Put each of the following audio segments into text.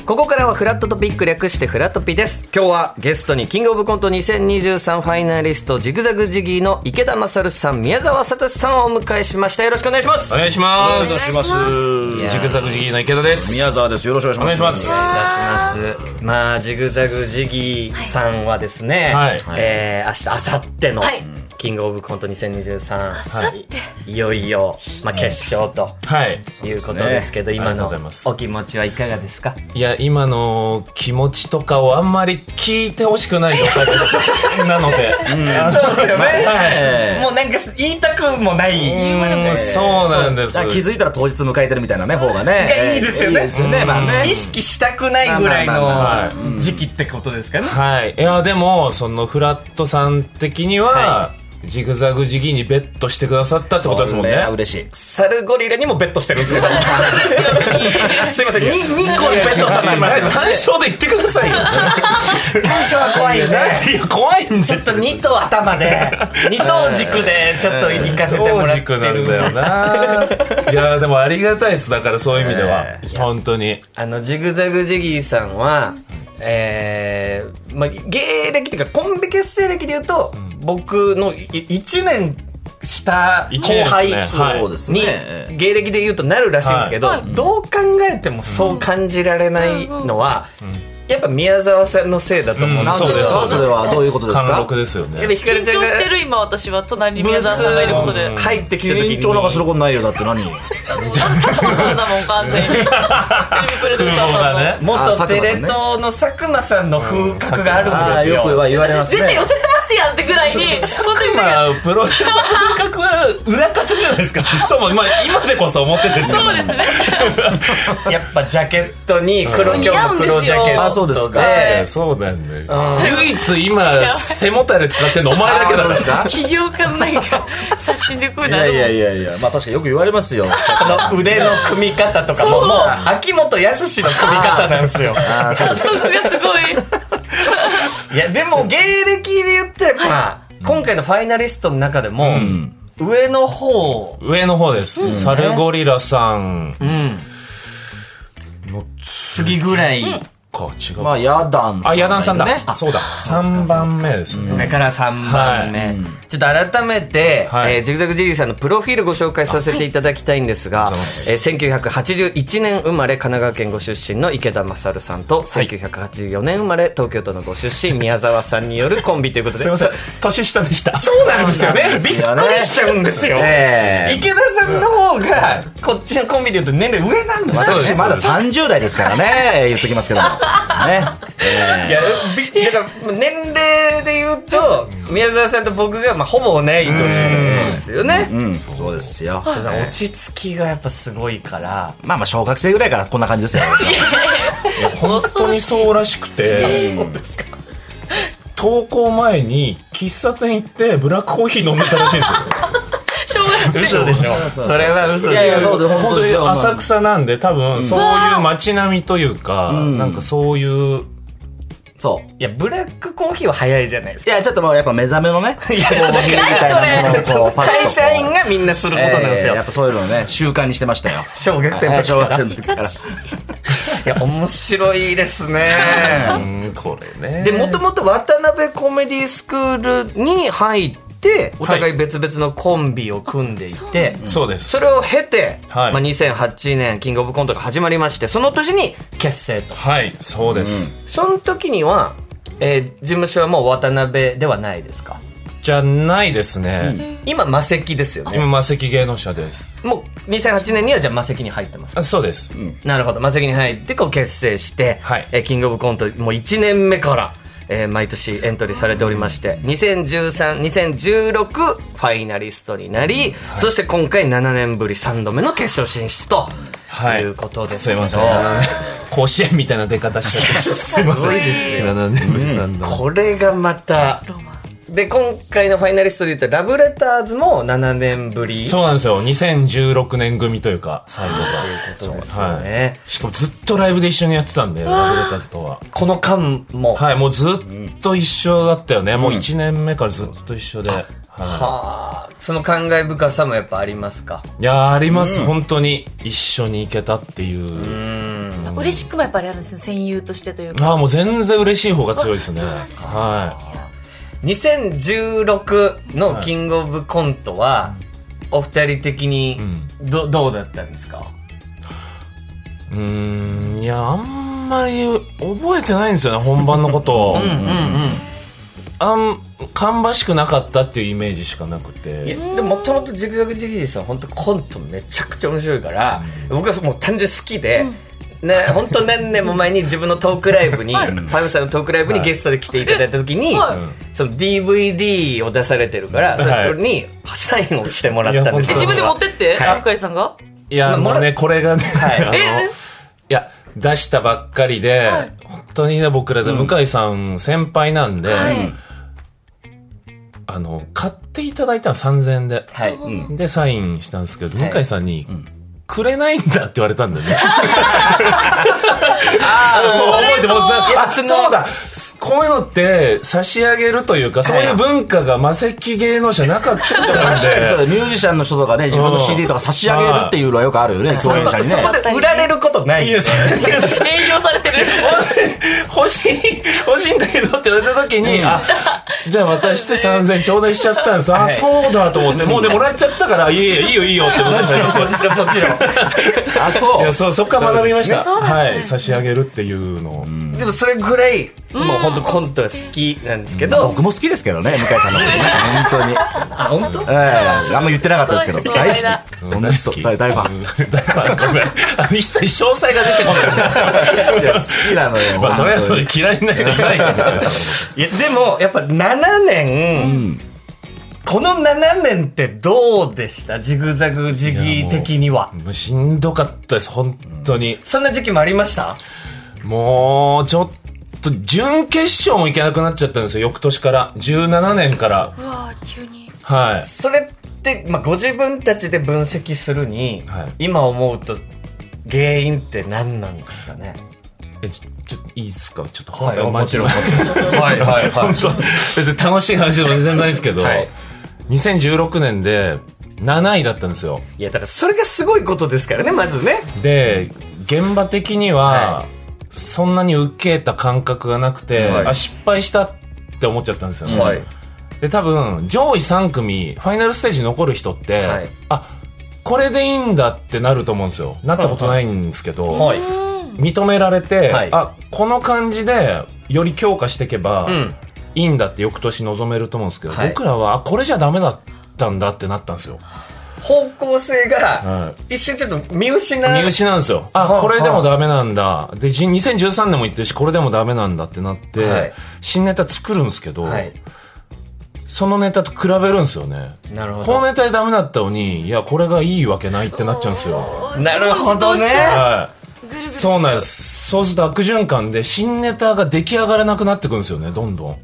ここからはフラットトピック略してフラトピです。今日はゲストにキングオブコント2023ファイナリストジグザグジギーの池田勝さん、宮沢聡さんをお迎えしました。よろしくお願いします。 お願いします。ジグザグジギーの池田です。 宮沢です。よろしくお願いします。 お願いします。まあジグザグジギーさんはですね、明日明後日の、キングオブコント2023、いよいよ、決勝と、いうことですけど、今のお気持ちはいかがですか？ いや、今の気持ちとかをあんまり聞いてほしくない状態ですなので、 そうですよね、もうなんか言いたくもない、 そうなんです。 気づいたら当日迎えてるみたいなね方がね、 いいですよね。 いいですよね。 意識したくないぐらいの時期ってことですかね。 はい。いや、でもそのフラットさん的には、ジグザグジギーにベットしてくださったってことですもんね。 嬉しい。 サルゴリラにもベットしてるんですけどすいません、2個ベットさせてもらってます。 単勝で言ってくださいよ。 単勝は怖いよね。 怖いんだ。 ちょっと2頭頭で2頭軸でちょっと行かせてもらってる。 軸なんだよな。いや、でもありがたいです。だからそういう意味では、本当にジグザグジギーさんは芸歴っていうかコンビ結成歴でいうと、僕の1年下後輩に芸歴で言うとなるらしいんですけど、どう考えてもそう感じられないのはやっぱ宮沢さんのせいだと思うんですよ。 そうです。それはどういうことですか？ 貫禄ですよね。 緊張してる今私は隣に宮沢さんがいることで入ってきた時に緊張なんかすることないよ。だって何？ 佐久間さんだもん完全に。テレビプロデューサーさんの元テレ東の佐久間さんの風格があるんですよ。 よく言われますね。 絶対寄せてますやんってぐらいに。 佐久間プロデューサー風格は裏方じゃないですか。そう今でこそ思ってですけど。 そうですね。 やっぱジャケットに黒今日の黒ジャケットで。 そうなんだよ。唯一今背もたれ使ってんのお前だけなんですか？ 企業感ないか写真でこうなる。 いや、確かによく言われますよ。 腕の組み方とかももう秋元康の組み方なんですよ。 そこがすごい。 いやでも芸歴で言ったら今回のファイナリストの中でも上の方です。サルゴリラさんの次ぐらい。 違う。 ヤダンさん。 ヤダンさんだ。そうだ。3番目ですね。 だから3番目。ちょっと改めて、ジグザグジギーさんのプロフィールご紹介させていただきたいんですが、1981年生まれ神奈川県ご出身の池田勝さんと、1984年生まれ東京都のご出身宮沢さんによるコンビということで。 すいません。年下でした。 そうなんですよね。びっくりしちゃうんですよ。池田さんの方が、こっちのコンビで言うと年齢上なんですよ。 私まだ30代ですからね。言っときますけども。いやだから年齢で言うと宮沢さんと僕がほぼ同い年ですよね。 そうですよ。 落ち着きがやっぱすごいから、 小学生ぐらいからこんな感じですよ。 本当にそうらしくて。そうですか。登校前に喫茶店行ってブラックコーヒー飲んでたらしいんですよ。 嘘でしょ。それは嘘で。 いや本当に浅草なんで多分そういう街並みというか、なんかそういうそういやブラックコーヒーは早いじゃないですか。 いやちょっとやっぱ目覚めのね会社員がみんなすることなんですよ。 やっぱそういうのをね習慣にしてましたよ。 小学生の時からいや面白いですね。 これね。 でもともと渡辺コメディスクールに入ってお互い別々のコンビを組んでいて、 そうです。 それを経て、2008年キングオブコントが始まりまして、その年に結成と。 はいそうです。 その時には、事務所はもう渡辺ではないですか？ じゃないですね。 今魔石ですよね。 今魔石芸能者です。 もう2008年にはじゃあ魔石に入ってます。 そうです。 なるほど。魔石に入って結成して、キングオブコントもう1年目から毎年エントリーされておりまして、2013、2016ファイナリストになり、そして今回7年ぶり3度目の決勝進出ということですけど、 すいません。甲子園みたいな出方しちゃってすいません。7年ぶり3度目。 これがまたで今回のファイナリストで言ったラブレターズも7年ぶり。 そうなんですよ。2016年組というか最後がそういうことですよね。 しかもずっとライブで一緒にやってたんで、ラブレターズとはこの間ももうずっと一緒だったよね。もう1年目からずっと一緒で、 その感慨深さもやっぱありますか？ いやあります。本当に一緒に行けたっていう。 嬉しくもやっぱりあるんですよ、戦友としてというか。 もう全然嬉しい方が強いですね。 2016のキングオブコントは、お二人的にどうだったんですか？ いや、あんまり覚えてないんですよね、本番のことを。芳しくなかったっていうイメージしかなくて。 いや、でもともとジグザグジギーさん本当コントめちゃくちゃ面白いから、僕はもう単純に好きで、本当何年も前に自分のトークライブに、パムさんのトークライブにゲストで来ていただいた時に、その DVD を出されてるから、それにサインをしてもらったんですよ。 自分で持ってって、向井さんが？ いや、もうね、これがね、いや、出したばっかりで、本当にね、僕らで向井さん先輩なんで、買っていただいたの3000円で、で、サインしたんですけど、向井さんに、くれないんだって言われたんだよね。覚えてます。そうだ。こういうのって差し上げるというか、そういう文化が魔石芸能者なかったんで。 ミュージシャンの人とかね、自分の CD とか差し上げるっていうのはよくあるよね、共演者にね。 そこで売られることないです。 営業されてる。 欲しいんだけどって言われた時に、じゃあ渡して3000円頂戴しちゃったんです。そうだと思って、もうでもらっちゃったから、いいよって思って。もちろん。そう。いや、そっから学びました。はい、差し上げるっていうのを。 でもそれぐらい、もう本当コントが好きなんですけど。 僕も好きですけどね、向井さんのことね。本当に。あんま言ってなかったですけど、大好き。大ファン。 ごめん。一切詳細が出てこない。 いや、好きなのよ。 それはそれ嫌いな人いないから。 いや、でも、やっぱ7年、この7年ってどうでした？ジグザグジギー的には。 もうしんどかったです、本当に。 そんな時期もありました？ もう、ちょっと、準決勝も行けなくなっちゃったんですよ、翌年から。17年から。 うわ急に。 はい。 それって、ご自分たちで分析するに、今思うと、原因って何なんですかね？ ちょっといいですか？ちょっと。 はい、もちろん。はいはい。 本当別に楽しい話でも全然ないですけど、2016年で7位だったんですよ。 いや、だからそれがすごいことですからね、まずね。 で、現場的には、そんなに受けた感覚がなくて、失敗したって思っちゃったんですよね。で、多分、上位3組、ファイナルステージに残る人って、これでいいんだってなると思うんですよ。なったことないんですけど、認められて、この感じでより強化していけば、いいんだって翌年望めると思うんですけど、僕らはこれじゃダメだったんだってなったんですよ。 方向性が一瞬ちょっと見失うんですよ。これでもダメなんだ。で、2013年も言ってるし、これでもダメなんだってなって、新ネタ作るんですけど、そのネタと比べるんですよね。 なるほど。 このネタでダメだったのに、いや、これがいいわけないってなっちゃうんですよ。 なるほどね。 そうなんです。そうすると悪循環で新ネタが出来上がらなくなってくるんですよね、どんどん。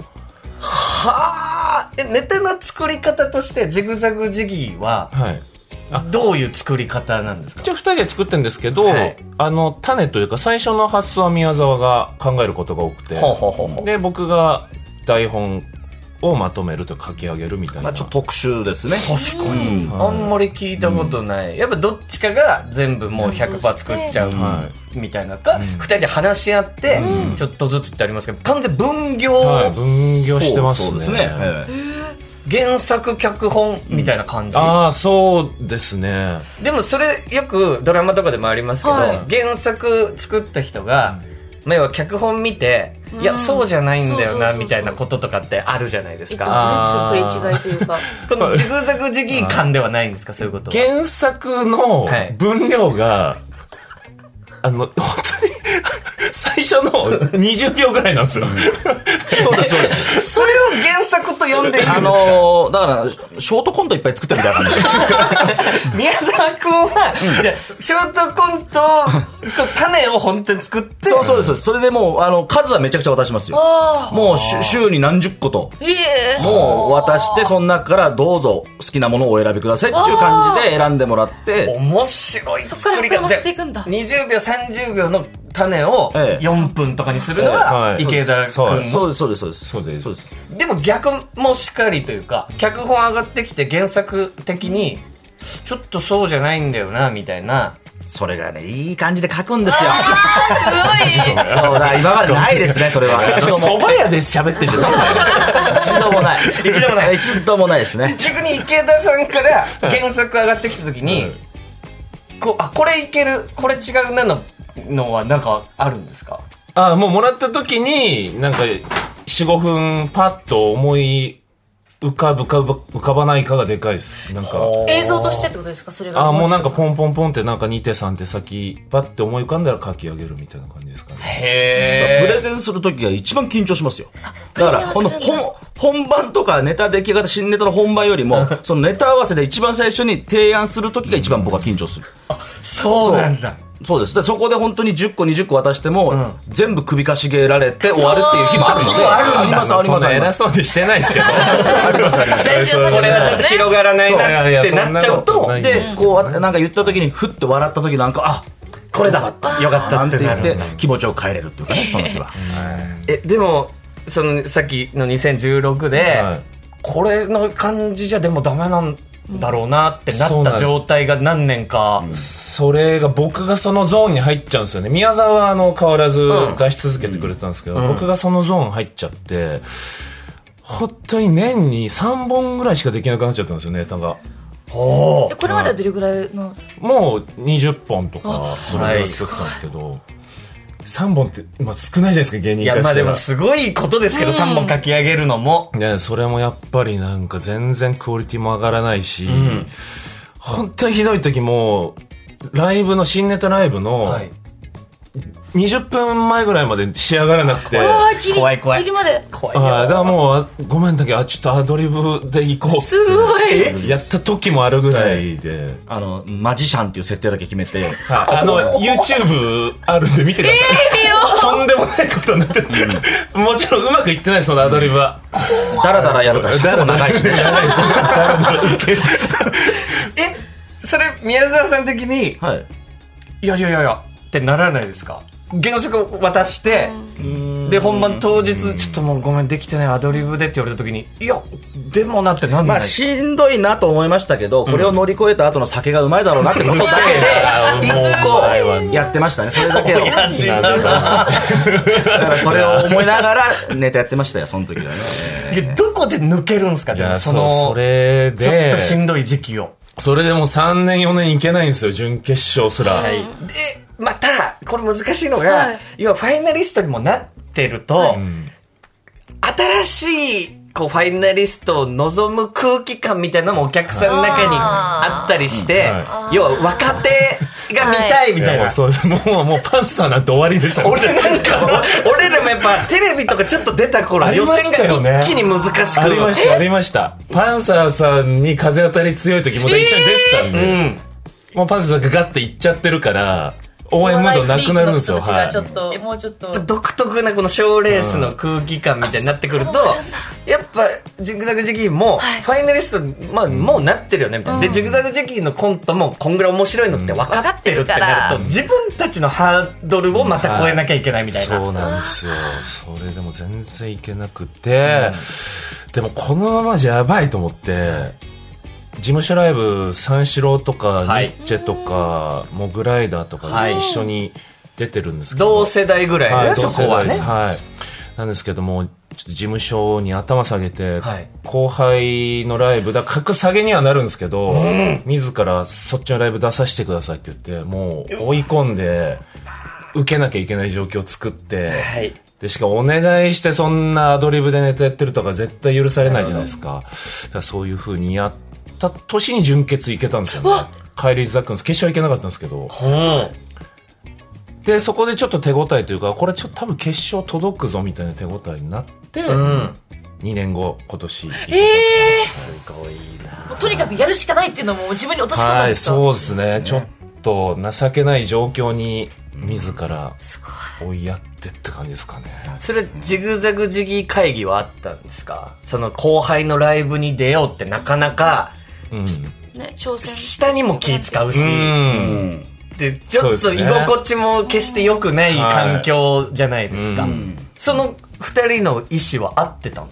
ネタの作り方としてジグザグジギーは、どういう作り方なんですか？ 一応2人で作ってるんですけど、種というか最初の発想は宮沢が考えることが多くて、で僕が台本をまとめると書き上げるみたいな。 ちょっと特殊ですね。 確かに。あんまり聞いたことない。やっぱどっちかが全部もう 100% 作っちゃうみたいなか、2人で話し合って、ちょっとずつってありますけど、完全分業。 分業してますね。そうですね。 原作脚本みたいな感じ。 そうですね。 でもそれよくドラマとかでもありますけど、原作作った人が、要は脚本見て、いや、そうじゃないんだよな、みたいなこととかってあるじゃないですか。 プレ違いというか。 このジグザグジギー感ではないんですか、そういうことは。 原作の分量が、本当に、最初の20秒ぐらいなんですよ。 そうです、そうです。 それを原作と呼んでいいんですか？ だから、ショートコントいっぱい作ってるみたいな感じ。 宮沢くんは、ショートコント、種を本当に作って。 そうです。それでもう、数はめちゃくちゃ渡しますよ。もう、週に何十個と。もう渡して、その中からどうぞ好きなものをお選びくださいっていう感じで選んでもらって。 面白い作り方。 20秒、30秒の種を4分とかにするのが池田君の。 そうです。 でも逆もしかりというか、脚本上がってきて原作的にちょっとそうじゃないんだよなみたいなそれがね、いい感じで書くんですよ。 すごい。 そうだ、今までないですね、それは。 蕎麦屋で喋ってんじゃない一度もない。 一度もない。 一度もないですね。 逆に池田さんから原作上がってきた時に、これいける、これ違うなのはなんかあるんですか？ もうもらった時に、なんか、4、5分パッと思い浮かばないかがでかいです。なんか。 映像としてってことですか？それが。 もうなんかポンポンポンってなんか2手3手先、パッて思い浮かんだら書き上げるみたいな感じですかね。 プレゼンする時が一番緊張しますよ。だから、本番とかネタ出来上がった新ネタの本番よりも、そのネタ合わせで一番最初に提案する時が一番僕は緊張する。 そうなんだ。 そうです。でそこで本当に10個20個渡しても、全部首かしげられて終わるっていう日もあるので、 ありますあります。偉そうにしてないですけど。ありますあります。 これはちょっと広がらないなってなっちゃうと、 で、こう、なんか言った時に、ふって笑った時なんか、これだよかったって言って気持ちを変えれるっていうかね、その日は。 でもそのさっきの2016で、これの感じじゃでもダメなんだろうなってなった状態が何年か。 それが僕がそのゾーンに入っちゃうんですよね。宮沢は変わらず出し続けてくれたんですけど、僕がそのゾーン入っちゃって本当に年に3本ぐらいしかできなくなっちゃったんですよ、ネタが。 これまではどれぐらいの？ もう20本とかそれぐらい作ってたんですけど、3本って、少ないじゃないですか、芸人からしたら。 いや、でもすごいことですけど、3本書き上げるのも。 ね、それもやっぱりなんか全然クオリティも上がらないし、本当にひどい時も、新ネタライブの、20分前ぐらいまで仕上がらなくて。 怖い。 ギリまで。 怖い。 だからもう、ごめんだけど、ちょっとアドリブで行こうって。 すごい。 やった時もあるぐらいで。 マジシャンっていう設定だけ決めて。 YouTube あるんで見てください。とんでもないことになってる。もちろんうまくいってない、そのアドリブは。 ダラダラやるから、長いしね。 それ、宮沢さん的に、いや、ってならないですか？原作渡して、で本番当日ちょっともうごめんできてないアドリブでって言われた時に、いやでもなってなんない。 しんどいなと思いましたけど、これを乗り越えた後の酒がうまいだろうなってことだけで一個やってましたね。それだけを。 親父だな。 だからそれを思いながらネタやってましたよ、その時はね。 どこで抜けるんですか？でもそれでちょっとしんどい時期を。 それでもう3年4年いけないんですよ、準決勝すら。 でまたこれ難しいのが、要はファイナリストにもなってると、新しいファイナリストを望む空気感みたいなのもお客さんの中にあったりして、要は若手が見たいみたいな。 そうです。もうパンサーなんて終わりですよ。 俺らもやっぱテレビとかちょっと出た頃、予選が一気に難しくありました。パンサーさんに風当たり強い時も一緒に出てたんで、もうパンサーさんがガッていっちゃってるから応援ムードなくなるんですよ。 もうちょっと独特なこの賞レースの空気感みたいになってくると、やっぱジグザグジギーもファイナリスト、もうなってるよねみたいな。でジグザグジギーのコントもこんぐらい面白いのって分かってるってなると、自分たちのハードルをまた超えなきゃいけないみたいな。 そうなんですよ。それでも全然いけなくて、でもこのままじゃやばいと思って、事務所ライブ三四郎とかニッチェとかモグライダーとか一緒に出てるんですけど、 同世代ぐらいね、そこはね。 なんですけども、ちょっと事務所に頭下げて、後輩のライブだ格下げにはなるんですけど、自らそっちのライブ出させてくださいって言って、もう追い込んで受けなきゃいけない状況を作って、でしかもお願いしてそんなアドリブでネタやってるとか絶対許されないじゃないですか。だからそういう風にやった年に準決行けたんですよね。帰りザックン決勝行けなかったんですけど、でそこでちょっと手応えというか、これちょっと多分決勝届くぞみたいな手応えになって、2年後今年すごいな。 とにかくやるしかないっていうのも自分に落とし込んだんですか？ そうですね。ちょっと情けない状況に自ら追いやってって感じですかね。 それジグザグジギー会議はあったんですか？その後輩のライブに出ようってなかなか、下にも気使うし、でちょっと居心地も決して良くない環境じゃないですか。その2人の意思は合ってたんですか？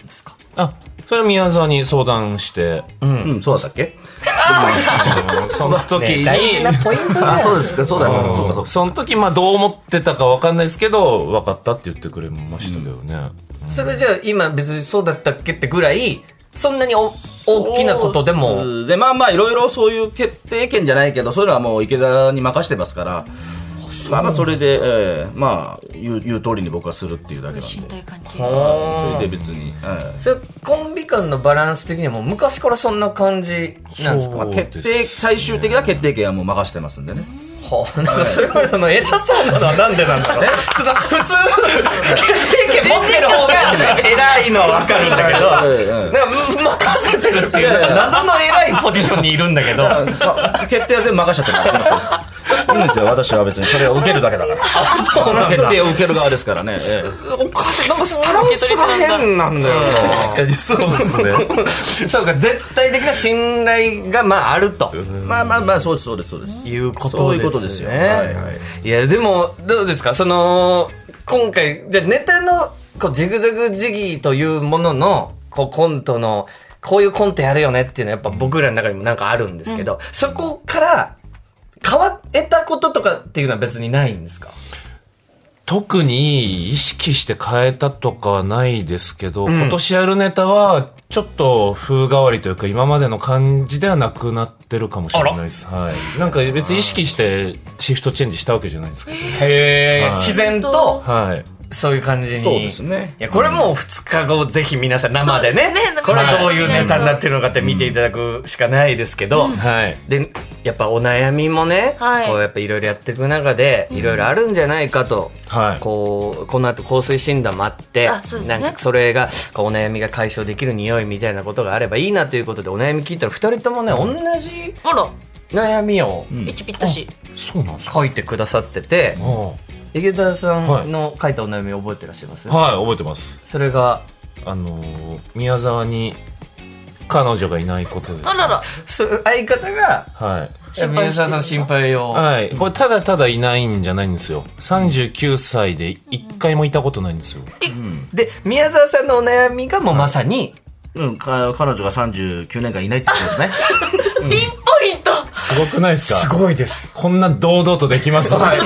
それ宮沢に相談して。 そうだったっけ？ その時に。 大事なポイントだ。 そうですか、そうだった。そうか。 その時、どう思ってたかわかんないですけど、分かったって言ってくれましたけどね。 それじゃあ、今別にそうだったっけってぐらい、そんなに大きなことでも。 で、いろいろそういう決定権じゃないけど、そういうのはもう池田に任してますから、それで、言う通りに僕はするっていうだけなんで。 信頼関係。 それで別に。 それコンビ間のバランス的にはもう昔からそんな感じなんですか？ 最終的な決定権はもう任してますんでね。 なんかすごいその偉そうなのはなんでなんだろう。普通決定権持ってる方が偉いのは分かるんだけど、なんか任せてるっていう謎の偉いポジションにいるんだけど、 決定は全部任せちゃってますいいんですよ、私は別にそれを受けるだけだから。そうなんだ。決定を受ける側ですからね。 おかしい、なんかスタンスが変なんだよ。 確かにそうですね。 そうか、絶対的な信頼があると。 そうですそうですそうです。 いうことですね。 そういうことですよ。 いやでもどうですか、その今回じゃあネタのジグザグジギーというもののコントのこういうコントやるよねっていうのはやっぱ僕らの中にもなんかあるんですけど、そこから変わったこととかっていうのは別にないんですか？ 特に意識して変えたとかはないですけど、今年やるネタはちょっと風変わりというか今までの感じではなくなってるかもしれないです。はい。なんか別に意識してシフトチェンジしたわけじゃないんですけど。 自然と。 はい。 そういう感じに。 そうですね。 いや、これもう2日後ぜひ皆さん生でね、これはどういうネタになってるのかって見ていただくしかないですけど、 はい。 で、やっぱお悩みもね、こうやっぱいろいろやっていく中で、いろいろあるんじゃないかと、この後香水診断もあって、なんかそれが、お悩みが解消できる匂いみたいなことがあればいいなということでお悩み聞いたら2人ともね、同じ悩みを、 息ぴったし。 そうなんですか。 書いてくださってて、池田さんの書いたお悩み覚えてらっしゃいます？ はい、覚えてます。 それが宮沢に彼女がいないことです。 あらら。 相方が、 はい。 宮沢さん心配を。 はい。これただただいないんじゃないんですよ。39歳で1回もいたことないんですよ。 で、宮沢さんのお悩みがもうまさに、 彼女が39年間いないってことですね。 ピンポイント。 すごくないですか？ すごいです。 こんな堂々とできます。 はい。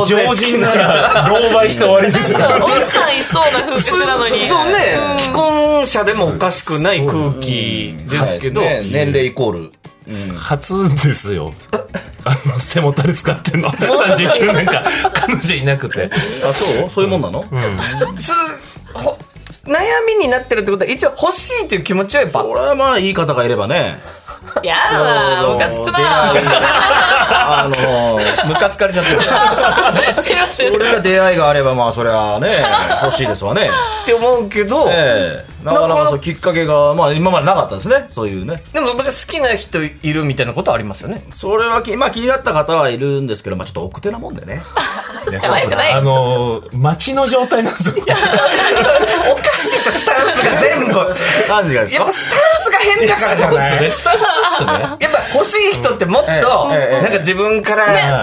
常人なら、狼狽して終わりですよ。 奥さんいそうな風格なのに。 そうね。既婚者でもおかしくない空気ですけど。 年齢イコール。 初ですよ。背もたれ使ってんの。39年間、彼女いなくて。 そういうもんなの？ 悩みになってるってことは一応欲しいという気持ちはやっぱ。 それは言い方がいればね。 やだな、ムカつくな。 ムカつかれちゃってる。 すいません。 それは出会いがあればそれはね、欲しいですわね。 って思うけど、 なかなかきっかけが今までなかったですね、そういうね。 でも好きな人いるみたいなことはありますよね。 それは気になった方はいるんですけど、ちょっと奥手なもんでね。 街の状態なんですよ。おかしいとスタンスが全部。 何がですか？ やっぱスタンスが変だからじゃない？ スタンスっすね。 やっぱ欲しい人ってもっと、なんか自分から、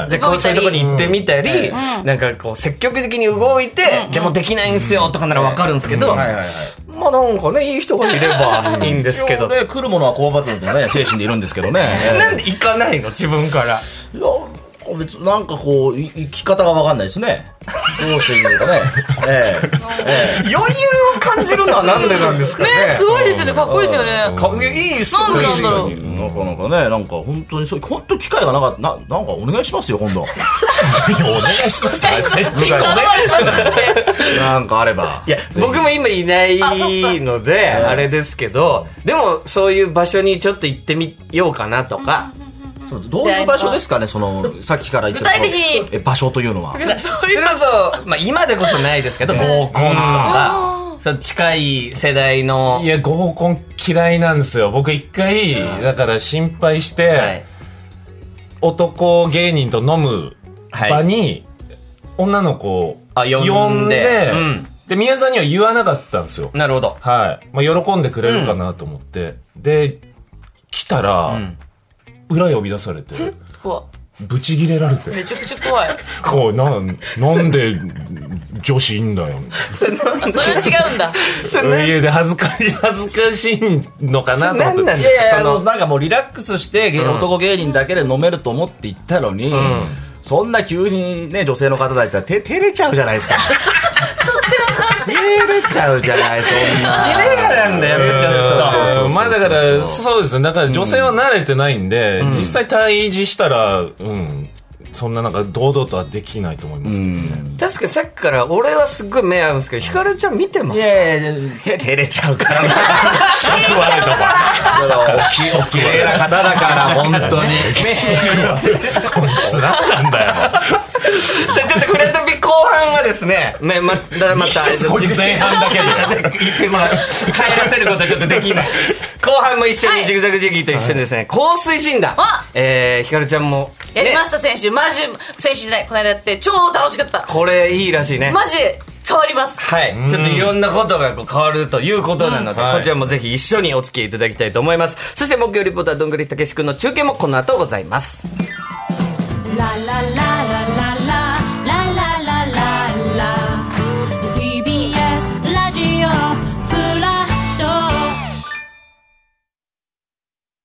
じゃあそういうとこに行ってみたり、なんかこう積極的に動いて、でもできないんすよとかならわかるんですけど、なんかね、いい人がいればいいんですけど。 来るものはこうばつのね、精神でいるんですけどね。 なんで行かないの自分から。 別になんか生き方がわかんないですね。どうしていいのかね。 余裕を感じるのはなんでなんですかね。 すごいですよね。かっこいいですよね。 いいっすね。なんでなんだろう。 なかなかね、なんか本当に本当機会がなかった。なんかお願いしますよ、今度。 お願いします。セッティングお願いします。 なんかあれば。 いや、僕も今いないので、あれですけど、でもそういう場所にちょっと行ってみようかなとか。 どういう場所ですかね、さっきから言ってた。 具体的に。 場所というのは。 それこそ、今でこそないですけど、合コンとか、近い世代の。 いや、合コン嫌いなんですよ。僕一回、だから心配して、男芸人と飲む場に、女の子を呼んで、で、宮沢には言わなかったんですよ。 なるほど。 はい。喜んでくれるかなと思って。で、来たら、裏呼び出されて。 ブチギレられて。 めちゃくちゃ怖い。 こう、なんで女子いいんだよ。 それは違うんだ。 家で恥ずかしいのかなと思って。 何なんですか？ なんかもうリラックスして男芸人だけで飲めると思って行ったのに、そんな急にね、女性の方たちは照れちゃうじゃないですか。照れちゃうじゃない、そんな。 照れ屋なんだよ、めちゃそう。まあだから、そうですね。だから女性は慣れてないんで、実際対峙したら、そんななんか堂々とはできないと思いますけどね。 確かにさっきから俺はすっごい目合うんですけど、ひかるちゃん見てますか？ いやいや、照れちゃうからな。 気色悪いとこ。 お綺麗な方だから、本当に。 こいつ何なんだよ。 さあちょっとフレッドピ後半はですね、またこいつ前半だけで言って帰らせることはちょっとできない。後半も一緒にジグザグジギーと一緒にですね、香水診断。ひかるちゃんもやりました、先週。マジ、先週じゃない、この間やって超楽しかった。 これいいらしいね。 マジで変わります。 はい。ちょっといろんなことがこう変わるということなので、こちらもぜひ一緒にお付き合いいただきたいと思います。そして木曜リポーターどんぐりたけし君の中継もこの後ございます。 ラララ